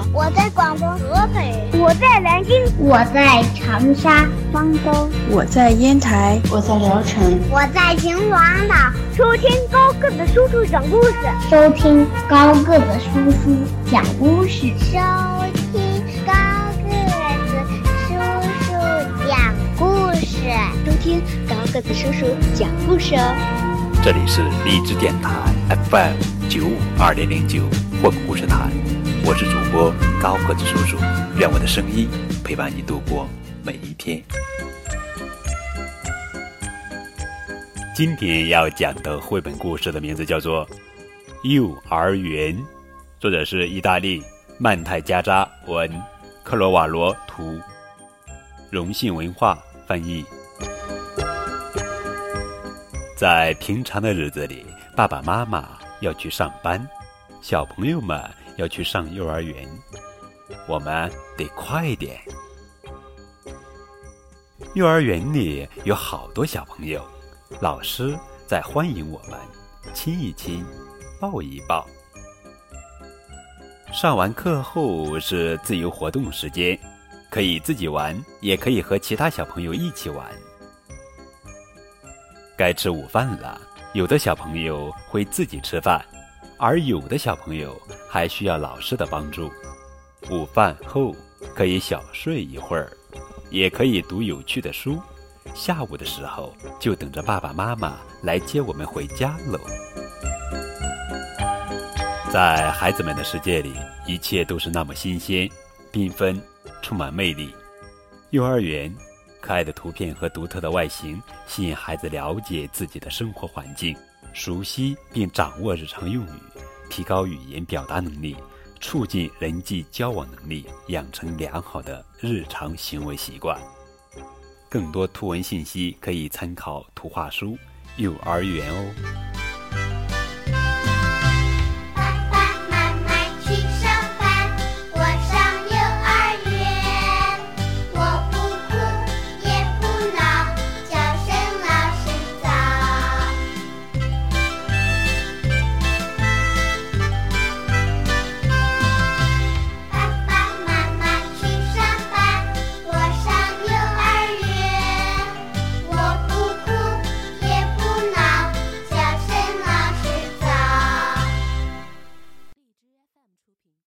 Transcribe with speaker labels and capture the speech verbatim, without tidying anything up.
Speaker 1: 我在广东合肥，我在南京，
Speaker 2: 我在长沙、
Speaker 3: 方舟，
Speaker 4: 我在烟台，
Speaker 5: 我在聊城，
Speaker 2: 我在秦皇岛。
Speaker 1: 收听高个子叔叔讲故事，
Speaker 2: 收听高个子叔叔讲故事，
Speaker 1: 收听高个子叔叔讲故事，
Speaker 6: 收听高个子叔叔讲故事哦。
Speaker 7: 这里是荔枝电台 F M 九五二零零九绘本故事台，我是主播高个子叔叔，愿我的声音陪伴你度过每一天。今天要讲的绘本故事的名字叫做《幼儿园》，作者是意大利曼泰加扎文，克罗瓦罗图，荣信文化翻译。在平常的日子里，爸爸妈妈要去上班，小朋友们要去上幼儿园，我们得快点。幼儿园里有好多小朋友，老师在欢迎我们，亲一亲，抱一抱。上完课后是自由活动时间，可以自己玩，也可以和其他小朋友一起玩。该吃午饭了，有的小朋友会自己吃饭，而有的小朋友还需要老师的帮助。午饭后可以小睡一会儿，也可以读有趣的书。下午的时候就等着爸爸妈妈来接我们回家喽。在孩子们的世界里，一切都是那么新鲜、缤纷，充满魅力。幼儿园可爱的图片和独特的外形吸引孩子了解自己的生活环境，熟悉并掌握日常用语，提高语言表达能力，促进人际交往能力，养成良好的日常行为习惯。更多图文信息可以参考图画书《幼儿园》哦。